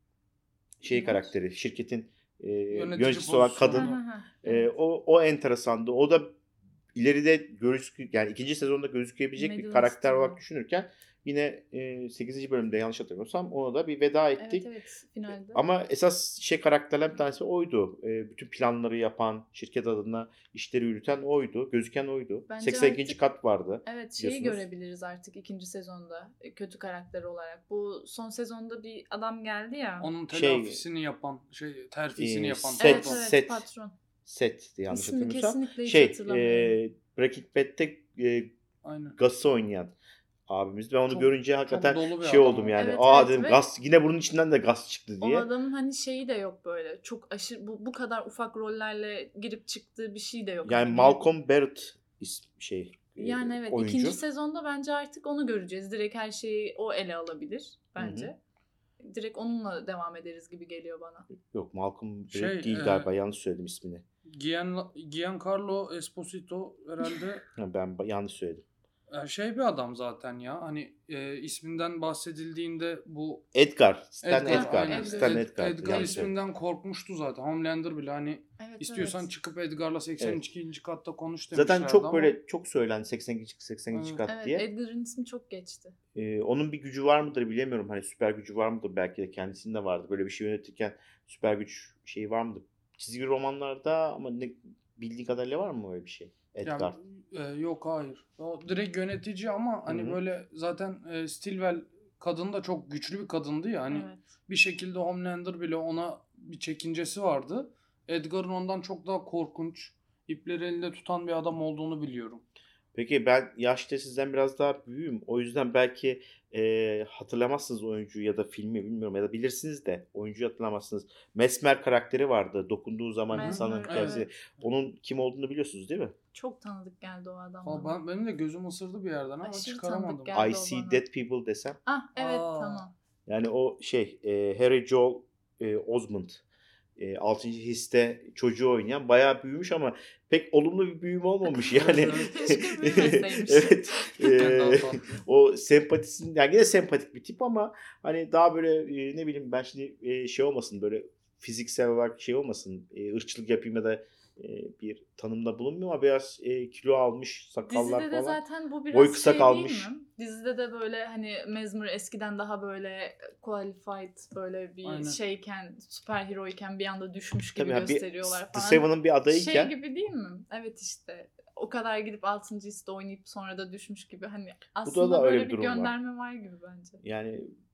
A: Şey
B: Kim var?
A: karakteri, şirketin e,
C: Yönetici
A: yöneticisi olan kadın.
C: pozisyonu.
B: Ha, ha, ha.
A: E,
B: Evet.
A: o o enteresandı. O da ileride gözükü yani ikinci sezonda gözükebilecek bir
B: Madeline
A: karakter
B: Steele.
A: olarak düşünürken yine e, sekizinci bölümde yanlış hatırlamıyorsam ona da bir veda ettik.
B: Evet evet finalde.
A: Ama esas şey karakterlerden bir tanesi oydu. E, bütün planları yapan, şirket adına işleri yürüten oydu. Gözüken oydu.
B: Bence
A: seksen ikinci
B: artık-
A: kat vardı.
B: Evet şeyi
A: biliyorsunuz.
B: görebiliriz artık ikinci sezonda e, kötü karakter olarak. Bu son sezonda bir adam geldi ya.
C: Onun
A: Şey-
C: telafisini yapan, şey terfisini
A: Ee,
C: yapan
A: set-
B: evet
C: pardon.
B: evet
A: set.
B: patron.
A: Set yanlış
B: İsmini
A: hatırlamıyorsam.
B: kesinlikle hiç
A: Şey,
B: hatırlamıyorum.
A: e, Breaking Bad'de e,
C: Aynen.
A: Gus'ı oynayan abimiz. Ben onu
C: Çok-
A: görünce hakikaten
C: dolu bir
A: şey
C: adam
A: oldum
C: o.
A: yani.
B: Evet,
A: Aa
B: evet
A: dedim
B: ve-
A: Gus yine bunun içinden de Gus çıktı
B: O
A: diye.
B: adamın hani şeyi de yok böyle. Çok aşırı bu, bu kadar ufak rollerle girip çıktığı bir şey de yok.
A: Yani
B: Hani
A: Malcolm Barrett ism şey e,
B: Yani evet
A: oyuncu.
B: ikinci sezonda bence artık onu göreceğiz. Direkt her şeyi o ele alabilir bence. Direkt onunla devam ederiz gibi geliyor bana.
A: Yok Malcolm Barrett
C: Şey,
A: değil
C: e,
A: galiba yanlış söyledim ismini.
C: Gian, Giancarlo Esposito herhalde
A: Ha, ben ba- yanlış söyledim.
C: e, şey bir adam zaten ya. Hani e, isminden bahsedildiğinde bu
A: Edgar. Stan
C: Edgar,
A: Edgar.
B: aynen.
A: Stan
C: Ed-
A: Edgar.
C: Edgar
A: yanlış söyledim.
C: isminden korkmuştu zaten. Homelander bile hani
B: Evet,
C: istiyorsan
B: evet.
C: çıkıp Edgar'la seksen ikinci katta konuş
A: Zaten
C: demişlerdi
A: çok
C: ama
A: böyle çok söylendi seksen ikinci seksen ikinci
C: Evet.
A: kat
B: Evet,
A: diye.
B: Edgar'ın ismi çok geçti.
A: Ee, onun bir gücü var mıdır bilemiyorum. Hani süper gücü var mıdır? Belki de kendisinde vardı. Böyle bir şey yönetirken süper güç şeyi var mıdır? Çizgi romanlarda ama ne bildiğin kadarıyla var mı öyle bir şey? Edgar.
C: yani, e, yok hayır. O direkt yönetici ama hani
A: Hı hı.
C: böyle zaten e, Stilwell kadın da çok güçlü bir kadındı ya. Hani
B: Evet.
C: bir şekilde Homelander bile ona bir çekincesi vardı. Edgar'ın ondan çok daha korkunç, ipleri elinde tutan bir adam olduğunu biliyorum.
A: Peki ben yaşta sizden biraz daha büyüğüm. O yüzden belki e, hatırlamazsınız oyuncuyu ya da filmi bilmiyorum ya da bilirsiniz de oyuncuyu hatırlamazsınız. Mesmer karakteri vardı. Dokunduğu zaman
B: Mesmer,
A: insanın hikayesi.
B: evet.
A: Onun kim olduğunu biliyorsunuz değil mi?
B: Çok tanıdık geldi o adam
C: Aa,
B: bana.
C: ben, benim de gözüm ısırdı bir yerden ama
B: Aşırı
C: çıkaramadım.
B: tanıdık geldi.
A: I
B: o
A: See
B: bana.
A: Dead People desem.
B: Ah evet
C: Aa.
B: tamam.
A: Yani o şey e, Harry Joel e, Osment. E, altıncı histe çocuğu oynayan bayağı büyümüş ama pek olumlu bir büyüme olmamış yani.
C: Evet,
B: Keşke büyümeseymiş.
A: Evet.
C: Ben daha
A: E,
C: tatlı.
A: o sempatisinin yani yine sempatik bir tip ama hani daha böyle e, ne bileyim ben şimdi e, şey olmasın böyle fiziksel olarak şey olmasın e, ırkçılık yapayım ya da e, bir tanımda bulunmuyor ama biraz e, kilo almış sakallar
B: Dizide de
A: falan.
B: zaten bu biraz
A: Boy kısa
B: şey
A: kalmış.
B: değil mi? Dizide de böyle hani Mesmer eskiden daha böyle qualified böyle bir
C: Aynen.
B: şeyken süper heroyken bir anda düşmüş gibi
A: Tabii ha, bir
B: gösteriyorlar
A: The
B: falan.
A: Seven'ın bir adayıyken
B: Şey gibi değil mi? Evet işte o kadar gidip altıncı histe oynayıp sonra da düşmüş gibi hani aslında
A: da öyle
B: böyle
A: bir
B: bir
A: durum var.
B: gönderme var gibi bence.
A: yani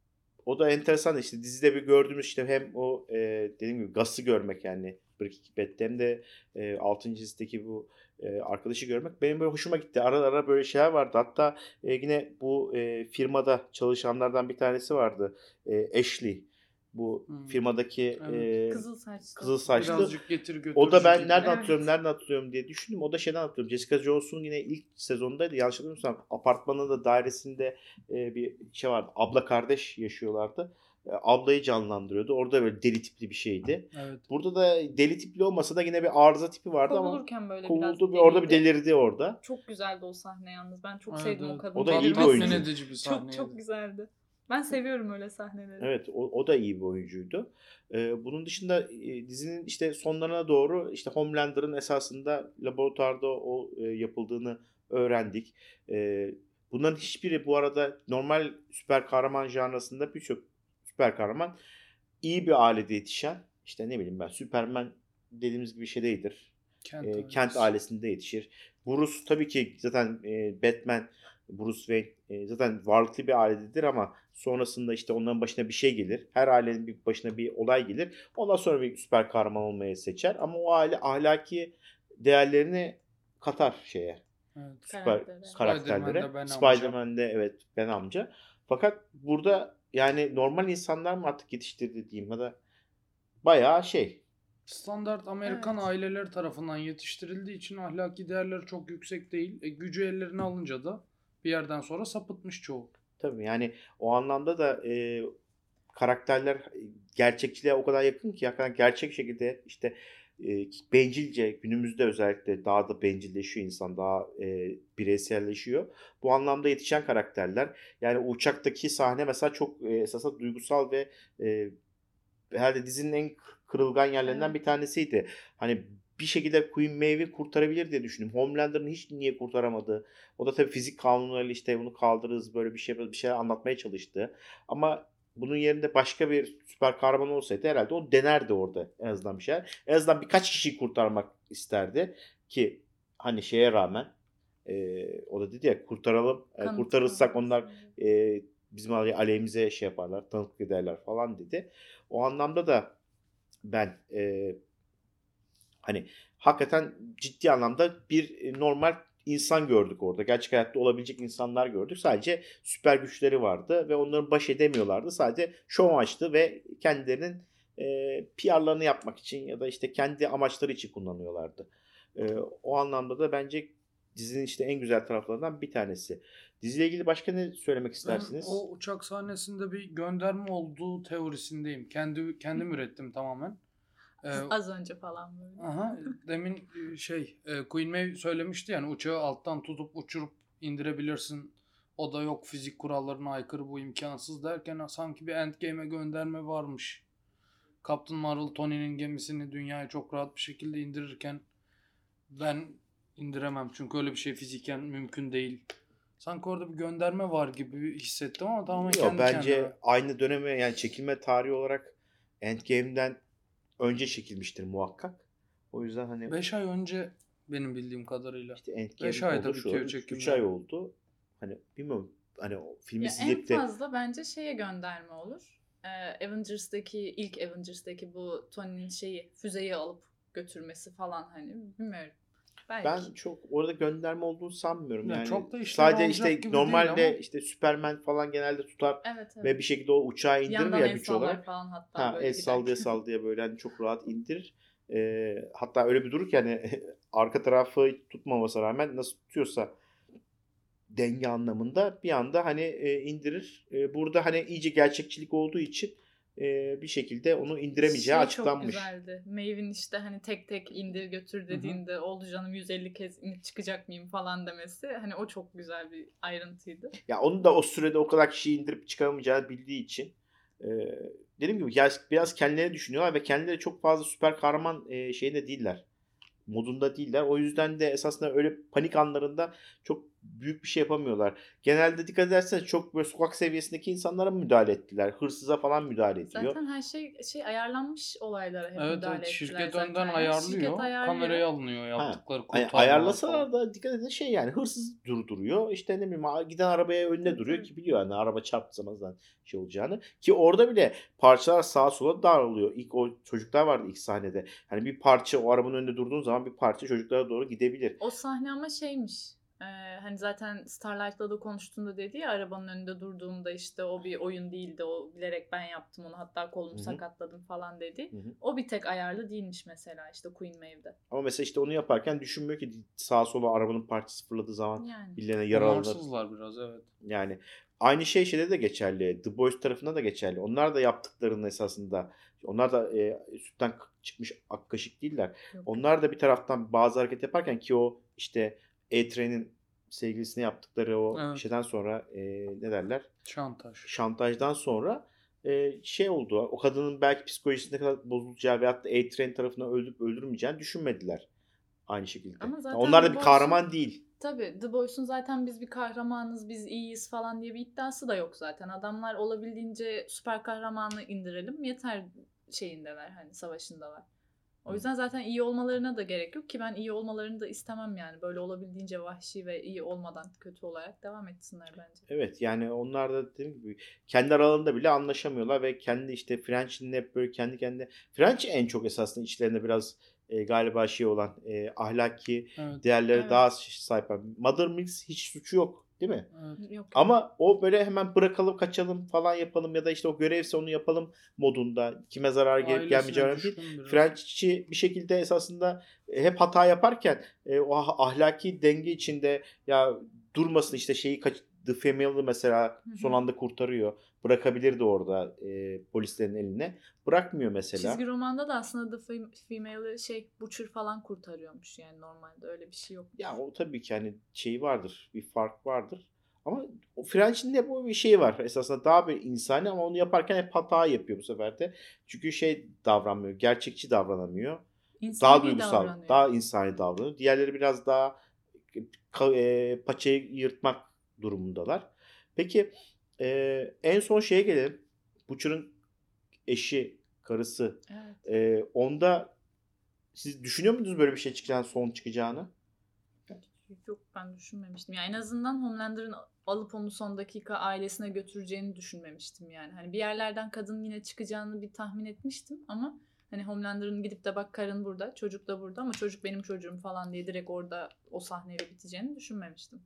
A: o da enteresan işte dizide bir gördüğümüz işte hem o e, dediğim gibi Gus'ı görmek yani Breaking Bad'de hem de e, altıncı dizideki bu e, arkadaşı görmek benim böyle hoşuma gitti. Ara ara böyle şeyler vardı. Hatta e, yine bu e, firmada çalışanlardan bir tanesi vardı. E, Ashley. Bu
C: Hmm.
A: firmadaki
C: Evet.
A: e,
B: Kızıl saçlı.
A: kızıl saçlı.
C: Birazcık getir götürücü
A: O da ben
C: gibi.
A: nereden
B: Evet.
A: hatırlıyorum, nereden hatırlıyorum diye düşündüm. O da şeyden hatırlıyorum. Jessica Jones'un yine ilk sezonundaydı. Yanlış hatırlamıyorsam apartmanın da dairesinde e, bir şey vardı. Abla kardeş yaşıyorlardı. E, ablayı canlandırıyordu. Orada böyle deli tipli bir şeydi.
C: Evet.
A: Burada da deli tipli olmasa da yine bir arıza tipi vardı ama
B: Kovulurken böyle
A: kovuldu.
B: biraz
A: Bir, orada bir
B: deliydi.
A: delirdi orada.
B: Çok güzeldi o sahne yalnız. Ben çok
C: Evet,
B: sevdim
C: evet.
B: o kadının
A: O da iyi bir
B: delirmesini.
A: oyuncu.
C: Tatmin edici bir sahneydi.
B: Çok çok güzeldi. Ben seviyorum öyle sahneleri.
A: Evet o, o da iyi bir oyuncuydu. Ee, bunun dışında e, dizinin işte sonlarına doğru işte Homelander'ın esasında laboratuvarda o e, yapıldığını öğrendik. E, bunların hiçbiri bu arada normal süper kahraman janrasında birçok süper kahraman iyi bir ailede yetişen işte ne bileyim ben Superman dediğimiz gibi şey değildir.
C: Kent,
A: E,
C: ailesi.
A: kent ailesinde yetişir. Bruce tabii ki zaten e, Batman, Bruce Wayne e, zaten varlıklı bir ailedir ama sonrasında işte onların başına bir şey gelir. Her ailenin bir başına bir olay gelir. Ondan sonra bir süper kahraman olmayı seçer. Ama o aile ahlaki değerlerini katar şeye.
C: Evet.
A: Süper
B: Karaktere.
A: karakterlere.
C: Spider-Man'de Ben amca.
A: Spider-Man'de evet Ben amca. Fakat burada yani normal insanlar mı artık yetiştirdi diyeyim ya da bayağı şey.
C: Standart Amerikan
B: Evet.
C: aileler tarafından yetiştirildiği için ahlaki değerleri çok yüksek değil. E, gücü ellerine alınca da bir yerden sonra sapıtmış çoğu.
A: Tabii yani o anlamda da e, karakterler e, gerçekçiliğe o kadar yakın ki hakikaten gerçek şekilde işte e, bencilce günümüzde özellikle daha da bencilleşiyor insan daha e, bireyselleşiyor. Bu anlamda yetişen karakterler yani uçaktaki sahne mesela çok e, esasında duygusal ve e, herhalde dizinin en kırılgan yerlerinden bir
B: Evet.
A: tanesiydi. Hani bir şekilde Queen Maeve'i kurtarabilir diye düşündüm. Homelander'ın hiç niye kurtaramadı. O da tabii fizik kanunlarıyla işte bunu kaldırırız böyle bir şey yaparız bir şeyler anlatmaya çalıştı. Ama bunun yerinde başka bir süper kahraman olsaydı herhalde o denerdi orada en azından bir şeyler. En azından birkaç kişiyi kurtarmak isterdi ki hani şeye rağmen e, o da dedi ya kurtaralım e,
B: Kanıt
A: kurtarırsak onlar
B: kalmasın.
A: e, bizim ale- aleyhimize şey yaparlar tanıklık ederler falan dedi. O anlamda da ben e, hani hakikaten ciddi anlamda bir e, normal insan gördük orada. Gerçek hayatta olabilecek insanlar gördük. Sadece süper güçleri vardı ve onların baş edemiyorlardı. Sadece şov amaçlı ve kendilerinin e, P R'larını yapmak için ya da işte kendi amaçları için kullanıyorlardı. E, o anlamda da bence dizinin işte en güzel taraflarından bir tanesi. Diziyle ilgili başka ne söylemek
C: Ben
A: istersiniz?
C: o uçak sahnesinde bir gönderme olduğu teorisindeyim. Kendi kendim ürettim tamamen. Ee,
B: Az önce falan böyle.
C: aha, demin e, şey e, Queen Maeve söylemişti yani uçağı alttan tutup uçurup indirebilirsin. O da yok fizik kurallarına aykırı bu imkansız derken sanki bir Endgame'e gönderme varmış. Captain Marvel Tony'nin gemisini dünyaya çok rahat bir şekilde indirirken ben indiremem. Çünkü öyle bir şey fiziken mümkün değil. Sanki orada bir gönderme var gibi hissettim ama tamamen
A: Yok
C: kendi
A: bence
C: kendime.
A: aynı döneme yani çekilme tarihi olarak Endgame'den önce çekilmiştir muhakkak. O yüzden hani
C: beş ay önce benim bildiğim kadarıyla.
A: işte Endgame
C: beş ayda
A: oldu şu
C: bitiyor
A: an.
C: çekimler.
A: üç ay oldu. Hani bilmiyorum hani o filmi
B: Ya en
A: izleyip de
B: fazla bence şeye gönderme olur. Ee, Avengers'daki ilk Avengers'daki bu Tony'nin şeyi füzeyi alıp götürmesi falan hani bilmiyorum. Belki.
A: ben çok orada gönderme olduğunu sanmıyorum
C: Ya
A: yani.
C: çok da işlevi
A: Sadece
C: olacak
A: işte
C: gibi değil
A: normalde
C: ama-
A: işte Superman falan genelde tutar
B: Evet evet.
A: ve bir şekilde o uçağı indirir
B: Yandan
A: ya
B: el
A: güç
B: sallar
A: olarak.
B: falan hatta
A: Ha,
B: böyle
A: el sallaya
B: giderken.
A: sallaya böyle hani çok rahat indirir. Ee, hatta öyle bir durur ki hani arka tarafı tutmamasına rağmen nasıl tutuyorsa denge anlamında bir anda hani e, indirir. E, burada hani iyice gerçekçilik olduğu için e, bir şekilde onu indiremeyeceği
B: Şey çok
A: açıklanmış.
B: güzeldi. Maeve'in işte hani tek tek indir götür dediğinde oldu canım yüz elli kez inip çıkacak mıyım falan demesi. Hani o çok güzel bir ayrıntıydı.
A: Ya onu da o sürede o kadar kişiyi indirip çıkamayacağını bildiği için e, dediğim gibi ya biraz kendileri düşünüyorlar ve kendileri çok fazla süper kahraman e, şeyinde değiller. Modunda değiller. O yüzden de esasında öyle panik anlarında çok büyük bir şey yapamıyorlar. Genelde dikkat ederseniz çok böyle sokak seviyesindeki insanlara müdahale ettiler. Hırsıza falan müdahale ediyor.
B: Zaten her şey şey ayarlanmış olaylara hep
C: Evet
B: müdahale
C: evet
B: ettiler
C: şirket
B: zaten.
C: önden
B: Yani
C: ayarlıyor.
B: şirket ayarlıyor.
C: Kameraya alınıyor
A: Ha,
C: yaptıkları
A: hani
C: kurtarmalar
A: ayarlasalar
C: falan.
A: da dikkat edin şey yani hırsız durduruyor. İşte ne bileyim a- giden arabaya önüne
B: Tabii,
A: duruyor
B: tabii.
A: ki biliyor yani araba çarptığı zaman zaten şey olacağını. Ki orada bile parçalar sağa sola dağılıyor. İlk o çocuklar vardı ilk sahnede. Hani bir parça o arabanın önünde durduğun zaman bir parça çocuklara doğru gidebilir.
B: O sahne ama şeymiş. e, hani zaten Starlight'la da konuştuğunda dedi ya arabanın önünde durduğumda işte o bir oyun değildi. O bilerek ben yaptım onu hatta kolumu
A: Hı hı.
B: sakatladım falan dedi.
A: Hı hı.
B: O bir tek ayarlı değilmiş mesela işte Queen Maeve'de.
A: Ama mesela işte onu yaparken düşünmüyor ki sağa sola arabanın parçası fırladığı zaman
B: Yani.
A: birilerine yaralanır.
C: Umarsızlar biraz evet.
A: Yani aynı şey şeyde de geçerli. The Boys tarafında da geçerli. Onlar da yaptıklarının esasında onlar da e, sütten çıkmış ak kaşık değiller.
B: Yok.
A: Onlar da bir taraftan bazı hareket yaparken ki o işte A-Train'in sevgilisine yaptıkları o
C: Evet.
A: şeyden sonra e, ne derler?
C: Şantaj.
A: Şantajdan sonra e, şey oldu. O kadının belki psikolojisi ne kadar bozulacağı veyahut da A-Train tarafından öldürüp öldürmeyeceğini düşünmediler. Aynı şekilde.
B: Ama zaten
A: Onlar da
B: The
A: bir
B: Boys'un-
A: kahraman değil.
B: Tabii The Boys'un zaten biz bir kahramanız, biz iyiyiz falan diye bir iddiası da yok zaten. Adamlar olabildiğince süper kahramanı indirelim yeter şeyindeler hani savaşındalar. O yüzden zaten iyi olmalarına da gerek yok ki ben iyi olmalarını da istemem yani. Böyle olabildiğince vahşi ve iyi olmadan kötü olarak devam etsinler bence.
A: Evet yani onlar da dediğim gibi kendi aralarında bile anlaşamıyorlar ve kendi işte French'in hep böyle kendi kendine French en çok esasında içlerinde biraz e, galiba şey olan e, ahlaki
C: Evet.
A: değerleri
B: Evet.
A: daha sahip. Mother Mills hiç suçu yok değil mi?
C: Evet.
B: Yok, yok.
A: Ama o böyle hemen bırakalım kaçalım falan yapalım ya da işte o görevse onu yapalım modunda kime zarar gelip
C: Ailesine
A: gelmeyeceği önemli değil.
C: düşkün biraz.
A: French'i bir şekilde esasında e, hep hata yaparken e, o ah- ahlaki denge içinde ya durmasın işte şeyi kaç The Family'ı mesela
B: Hı hı.
A: son anda kurtarıyor. Bırakabilirdi orada e, polislerin eline. Bırakmıyor mesela.
B: Çizgi romanda da aslında The Fem- Female'ı şey Butcher falan kurtarıyormuş yani normalde öyle bir şey yok.
A: Ya o tabii ki hani şey vardır. Bir fark vardır. Ama o French'in de bu bir şey var. Esasında daha bir insani ama onu yaparken hep hata yapıyor bu sefer de. Çünkü şey davranmıyor. Gerçekçi davranamıyor.
B: İnsani
A: Daha duygusal.
B: davranıyor.
A: Daha insani davranıyor. Diğerleri biraz daha ka- e, paçayı yırtmak durumundalar. Peki e, en son şeye gelelim. Butcher'ın eşi, karısı.
B: Evet.
A: E, onda siz düşünüyor muydunuz böyle bir şey çıkacağını, son çıkacağını?
B: Yok ben düşünmemiştim. Yani en azından Homelander'ın alıp onu son dakika ailesine götüreceğini düşünmemiştim yani. Hani bir yerlerden kadın yine çıkacağını bir tahmin etmiştim ama hani Homelander'ın gidip de bak karın burada, çocuk da burada ama çocuk benim çocuğum falan diye direkt orada o sahneyle biteceğini düşünmemiştim.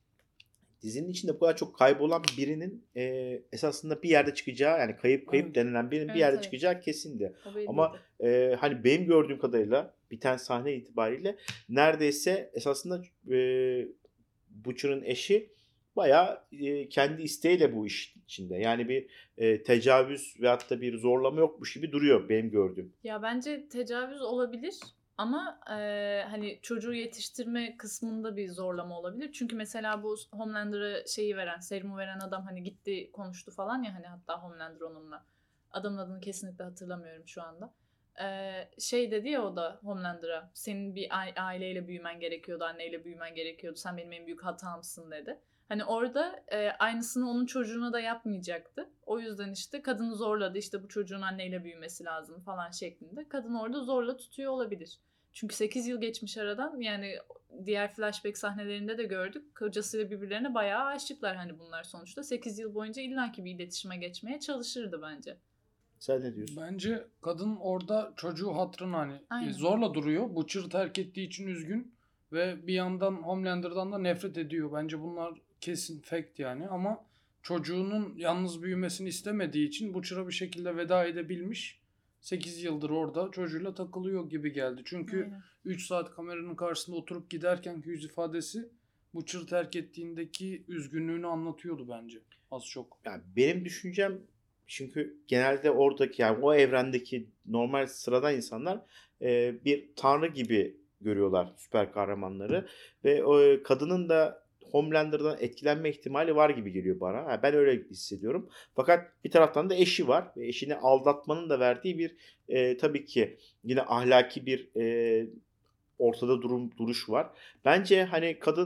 A: Dizinin içinde bu kadar çok kaybolan birinin e, esasında bir yerde çıkacağı yani kayıp kayıp
C: Evet.
A: denilen birinin
B: Evet,
A: bir yerde
B: evet.
A: çıkacağı kesindi.
B: O belliydi.
A: Ama e, hani benim gördüğüm kadarıyla biten sahne itibariyle neredeyse esasında e, Butcher'ın eşi bayağı e, kendi isteğiyle bu iş içinde. Yani bir e, tecavüz veyahut da bir zorlama yokmuş gibi duruyor benim gördüğüm.
B: Ya bence tecavüz olabilir ama e, hani çocuğu yetiştirme kısmında bir zorlama olabilir. Çünkü mesela bu Homelander'a şeyi veren, serumu veren adam hani gitti konuştu falan ya hani hatta Homelander onunla. Adamın adını kesinlikle hatırlamıyorum şu anda. E, şey dedi ya o da Homelander'a senin bir aileyle büyümen gerekiyordu, anneyle büyümen gerekiyordu. Sen benim en büyük hatamsın dedi. Hani orada e, aynısını onun çocuğuna da yapmayacaktı. O yüzden işte kadını zorladı. İşte bu çocuğun anneyle büyümesi lazım falan şeklinde. Kadın orada zorla tutuyor olabilir. Çünkü sekiz yıl geçmiş aradan. Yani diğer flashback sahnelerinde de gördük. Kocasıyla birbirlerine bayağı aşıklar hani bunlar sonuçta. sekiz yıl boyunca illaki bir iletişime geçmeye çalışırdı bence.
A: Sen ne diyorsun?
C: Bence kadın orada çocuğu hatırına hani
B: Aynen.
C: e, zorla duruyor. Butcher'ı terk ettiği için üzgün ve bir yandan Homelander'dan da nefret ediyor. Bence bunlar kesin fact yani ama çocuğunun yalnız büyümesini istemediği için Butcher'a bir şekilde veda edebilmiş. sekiz yıldır orada çocuğuyla takılıyor gibi geldi. Çünkü
B: Aynen.
C: üç saat kameranın karşısında oturup giderkenki yüz ifadesi Butcher'ı terk ettiğindeki üzgünlüğünü anlatıyordu bence az çok.
A: Yani benim düşüncem çünkü genelde oradaki yani o evrendeki normal sıradan insanlar e, bir tanrı gibi görüyorlar süper kahramanları ve o kadının da Homelander'dan etkilenme ihtimali var gibi geliyor bana. Yani ben öyle hissediyorum. Fakat bir taraftan da eşi var ve eşini aldatmanın da verdiği bir e, tabii ki yine ahlaki bir e, ortada durum duruş var. Bence hani kadın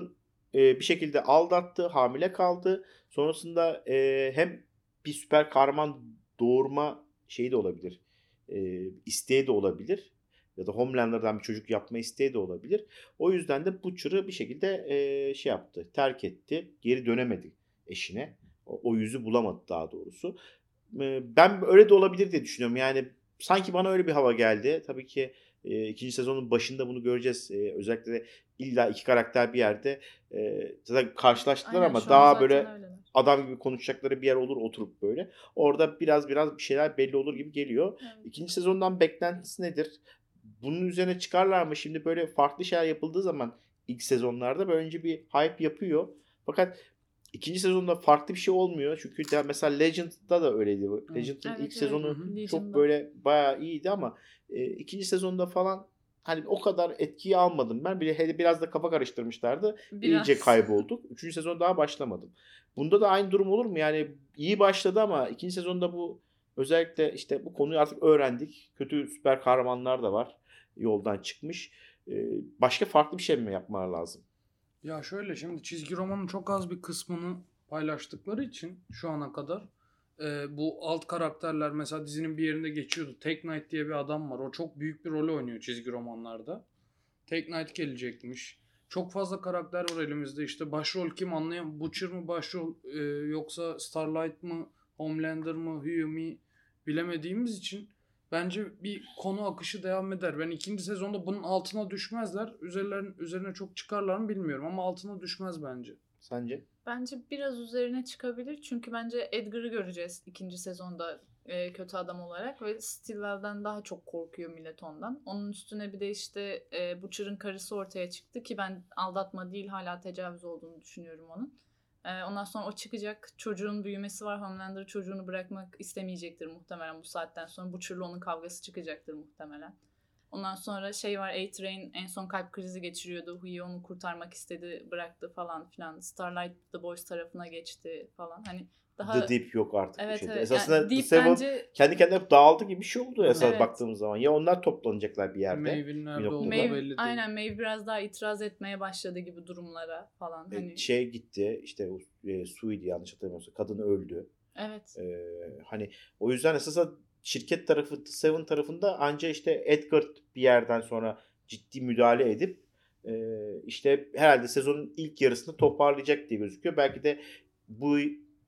A: e, bir şekilde aldattı, hamile kaldı. Sonrasında e, hem bir süper kahraman doğurma şeyi de olabilir. E, isteği de olabilir. Ya da Homelander'dan bir çocuk yapma isteği de olabilir. O yüzden de Butcher'ı bir şekilde e, şey yaptı, terk etti. Geri dönemedi eşine. O, o yüzü bulamadı daha doğrusu. E, ben öyle de olabilir diye düşünüyorum. Yani sanki bana öyle bir hava geldi. Tabii ki e, ikinci sezonun başında bunu göreceğiz. E, özellikle de illa iki karakter bir yerde e, zaten karşılaştılar
B: Aynen,
A: ama
B: şu an
A: daha
B: zaten
A: böyle
B: öyleler.
A: adam gibi konuşacakları bir yer olur oturup böyle. Orada biraz biraz bir şeyler belli olur gibi geliyor.
B: Evet.
A: İkinci sezondan beklentisi nedir? Bunun üzerine çıkarlar mı? Şimdi böyle farklı şeyler yapıldığı zaman ilk sezonlarda böyle önce bir hype yapıyor. Fakat ikinci sezonda farklı bir şey olmuyor. Çünkü de mesela Legend'da da öyleydi. Legend'ın
B: Evet,
A: ilk
B: evet.
A: sezonu
C: Hı hı.
A: çok
B: Legion'da.
A: böyle bayağı iyiydi ama e, ikinci sezonda falan hani o kadar etkiyi almadım ben. Bir, hele biraz da kafa karıştırmışlardı. İyice
B: Biraz.
A: kaybolduk. Üçüncü sezon daha başlamadım. Bunda da aynı durum olur mu? Yani iyi başladı ama ikinci sezonda bu özellikle işte bu konuyu artık öğrendik. Kötü süper kahramanlar da var. Yoldan çıkmış. Ee, başka farklı bir şey mi yapmalar lazım?
C: Ya şöyle, şimdi çizgi romanın çok az bir kısmını paylaştıkları için şu ana kadar e, bu alt karakterler mesela dizinin bir yerinde geçiyordu. Tek Knight diye bir adam var. O çok büyük bir rol oynuyor çizgi romanlarda. Tek Knight gelecekmiş. Çok fazla karakter var elimizde. İşte başrol kim anlayamam. Butcher mı başrol e, yoksa Starlight mı, Homelander mı, Hughie mi bilemediğimiz için bence bir konu akışı devam eder. Ben ikinci sezonda bunun altına düşmezler. Üzerlerine, üzerine çok çıkarlar mı bilmiyorum ama altına düşmez bence.
A: Sence?
B: Bence biraz üzerine çıkabilir. Çünkü bence Edgar'ı göreceğiz ikinci sezonda e, kötü adam olarak. Ve Stillwell'den daha çok korkuyor millet ondan. Onun üstüne bir de işte e, Butcher'ın karısı ortaya çıktı ki ben aldatma değil hala tecavüz olduğunu düşünüyorum onun. E, ondan sonra o çıkacak. Çocuğun büyümesi var. Homelander çocuğunu bırakmak istemeyecektir muhtemelen bu saatten sonra. Butcher'la onun kavgası çıkacaktır muhtemelen. Ondan sonra şey var, A-Train en son kalp krizi geçiriyordu. Hughie onu kurtarmak istedi, bıraktı falan filan. Starlight The Boys tarafına geçti falan. Hani daha
A: The Deep yok artık bu
B: evet
A: şeyde.
B: evet.
A: Esasında
B: Yani
A: The
B: Deep
A: Seven
B: bence
A: kendi kendine hep dağıldı gibi bir şey oldu esas
B: evet.
A: baktığımız zaman. Ya onlar toplanacaklar bir yerde
C: Maeve'in
A: bir
C: nerede
A: noktada.
C: olduğu
B: Maeve,
C: belli değil.
B: aynen Maeve biraz daha itiraz etmeye başladı gibi durumlara falan.
A: E,
B: Hani
A: şey gitti işte o, e, Sue'di yanlış hatırlamıyorsam. Kadın öldü.
B: evet.
A: E, hani o yüzden esasında şirket tarafı The Seven tarafında anca işte Edgar bir yerden sonra ciddi müdahale edip e, işte herhalde sezonun ilk yarısını toparlayacak diye gözüküyor. Belki de bu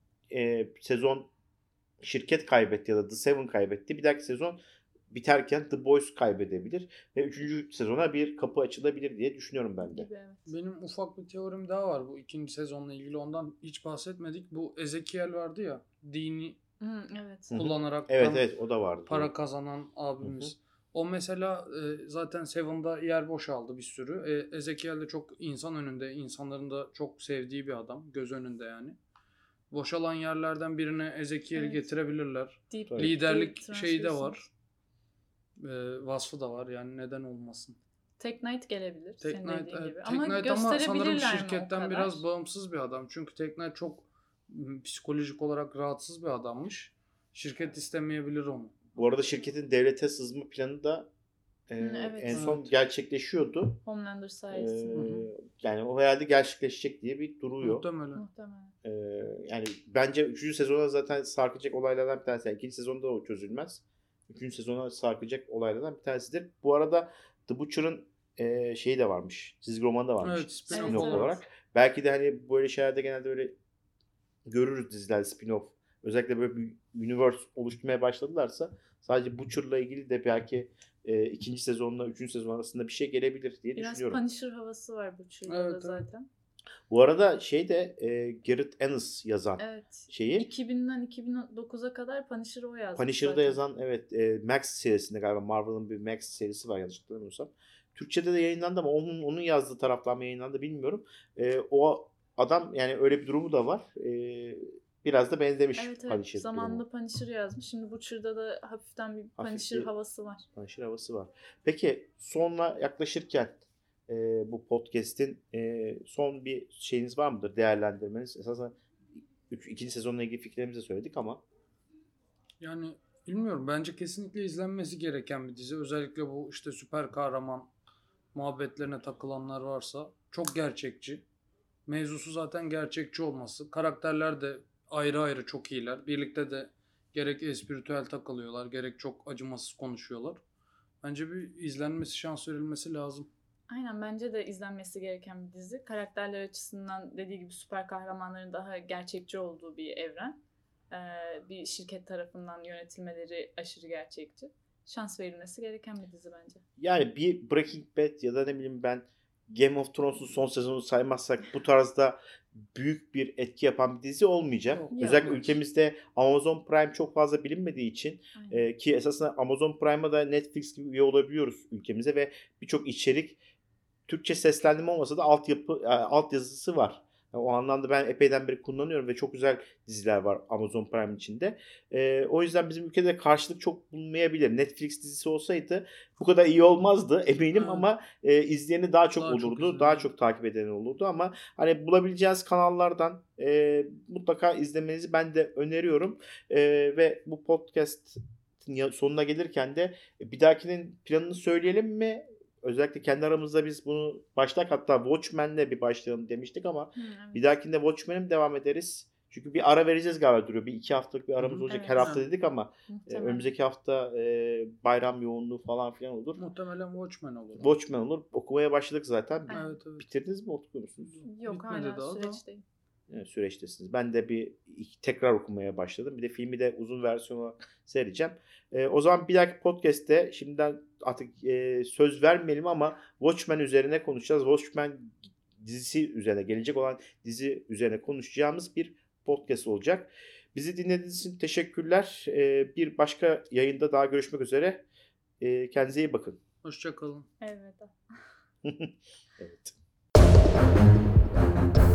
A: e, sezon şirket kaybetti ya da The Seven kaybetti. Bir dahaki sezon biterken The Boys kaybedebilir ve üçüncü sezona bir kapı açılabilir diye düşünüyorum ben de.
B: Gibi evet.
C: Benim ufak bir teorim daha var bu ikinci sezonla ilgili. Ondan hiç bahsetmedik. Bu Ezekiel vardı ya. Dini
B: Hı, evet.
A: Hı hı.
C: kullanaraktan
A: Evet evet o da vardı.
C: para
A: Doğru.
C: kazanan abimiz.
A: Hı hı.
C: O mesela e, zaten Seven'da yer boşaldı bir sürü. E, Ezekiel de çok insan önünde, insanların da çok sevdiği bir adam. Göz önünde yani. Boşalan yerlerden birine Ezekiel'i
B: Evet.
C: getirebilirler.
B: Deep
A: Tabii.
C: Liderlik
B: bir
C: şeyi de
B: transfer
C: var. E, vasfı da var yani, neden olmasın.
B: Tek Knight gelebilir
C: Tek
B: senin
C: Knight,
B: dediğin
C: evet,
B: gibi.
C: Tek
B: Ama
C: Knight ama sanırım
B: gösterebilirler mi o
C: şirketten
B: kadar?
C: biraz bağımsız bir adam. Çünkü Tek Knight çok m, psikolojik olarak rahatsız bir adammış. Şirket istemeyebilir onu.
A: Bu arada şirketin devlete sızma planı da e,
B: Hı, evet.
A: en son
C: Evet.
A: gerçekleşiyordu.
B: Homelander
A: E,
B: sayesinde.
A: yani o herhalde gerçekleşecek diye bir duruyor.
C: Muhtemelen.
B: Muhtemelen.
A: E, yani bence üçüncü sezona zaten sarkacak olaylardan bir tanesi. Yani ikinci sezonda o çözülmez. Üçüncü sezona sarkacak olaylardan bir tanesidir. Bu arada The Butcher'ın e, şeyi de varmış. Çizgi romanı da varmış.
C: Evet, spin-off
B: Evet,
A: Spin-off
B: evet.
A: olarak. Belki de hani böyle şeylerde genelde öyle görürüz dizilerde spin-off. Özellikle böyle bir universe oluşturmaya başladılarsa sadece Butcher'la ilgili de belki e, ikinci sezonla üçüncü sezon arasında bir şey gelebilir diye
B: Biraz
A: düşünüyorum.
B: Punisher havası var bu çığda
C: Evet,
B: da
C: evet.
B: zaten.
A: Bu arada şey de e, Gareth Ennis yazan
B: Evet.
A: şeyi.
B: iki binden iki bin dokuza kadar Punisher'ı o yazmış
A: Punisher'da
B: zaten.
A: yazan evet e, Max serisinde galiba Marvel'ın bir Max serisi var yanlış hatırlamıyorsam. Türkçe'de de yayınlandı ama onun onun yazdığı taraftan mı yayınlandı bilmiyorum. E, o adam yani öyle bir durumu da var. E, biraz da benzemiş
B: Evet evet.
A: Punisher
B: Zamanında
A: durumu.
B: Punisher yazmış. Şimdi Butcher'da da hafiften bir
A: Hafif
B: Punisher
A: bir
B: havası var.
A: Punisher havası var. Peki sonuna yaklaşırken e, bu podcast'in e, son bir şeyiniz var mıdır? Değerlendirmeniz. Esasında üç, ikinci sezonla ilgili fikirlerimizi de söyledik ama
C: Yani bilmiyorum, bence kesinlikle izlenmesi gereken bir dizi. Özellikle bu işte süper kahraman muhabbetlerine takılanlar varsa çok gerçekçi. Mevzusu zaten gerçekçi olması. Karakterler de ayrı ayrı çok iyiler. Birlikte de gerek espritüel takılıyorlar, gerek çok acımasız konuşuyorlar. Bence bir izlenmesi, şans verilmesi lazım.
B: Aynen, bence de izlenmesi gereken bir dizi. Karakterler açısından dediği gibi süper kahramanların daha gerçekçi olduğu bir evren. Ee, bir şirket tarafından yönetilmeleri aşırı gerçekçi. Şans verilmesi gereken bir dizi bence.
A: Yani bir Breaking Bad ya da ne bileyim ben Game of Thrones'un son sezonunu saymazsak bu tarzda büyük bir etki yapan bir dizi olmayacak.
C: Yok,
A: Özellikle
C: yok.
A: ülkemizde Amazon Prime çok fazla bilinmediği için
B: Aynen.
A: e, ki esasında Amazon Prime'a da Netflix gibi üye olabiliyoruz ülkemize ve birçok içerik Türkçe seslendirme olmasa da altyapı, e, altyazısı var. Yani o anlamda ben epeyden beri kullanıyorum ve çok güzel diziler var Amazon Prime içinde. E, o yüzden bizim ülkede karşılık çok bulunmayabilir. Netflix dizisi olsaydı bu kadar iyi olmazdı eminim,
C: Evet.
A: ama e, izleyeni daha çok
C: Daha çok
A: olurdu.
C: izlenir.
A: daha çok takip edeni olurdu, ama hani bulabileceğiniz kanallardan e, mutlaka izlemenizi ben de öneriyorum. E, ve bu podcast'in ya- sonuna gelirken de bir dahakinin planını söyleyelim mi? Özellikle kendi aramızda biz bunu baştak, hatta Watchmen'le bir başlayalım demiştik ama
B: Hı, evet.
A: bir dahakinde Watchmen'e mi devam ederiz? Çünkü bir ara vereceğiz galiba duruyor. Bir iki haftalık bir aramız
C: Hı hı.
A: olacak.
B: Evet.
A: Her hafta
C: Evet.
A: dedik ama e,
B: Muhtemelen.
A: önümüzdeki hafta e, bayram yoğunluğu falan filan olur.
C: Muhtemelen Watchmen olur.
A: Watchmen olur. Okumaya başladık zaten.
B: Evet.
C: Evet, evet.
A: Bitirdiniz mi? Okuyor musunuz?
B: Yok,
C: Bitmedi
B: hala
C: daha da.
B: süreçteyim.
A: Evet, süreçtesiniz. Ben de bir tekrar okumaya başladım. Bir de filmi de uzun versiyon olarak seyredeceğim. Ee, o zaman bir dahaki podcast'te şimdiden artık e, söz vermeyelim ama Watchmen üzerine konuşacağız. Watchmen dizisi üzerine, gelecek olan dizi üzerine konuşacağımız bir podcast olacak. Bizi dinlediğiniz için teşekkürler. Ee, bir başka yayında daha görüşmek üzere. Ee, kendinize iyi bakın.
C: Hoşça kalın.
B: Evet.
A: Evet.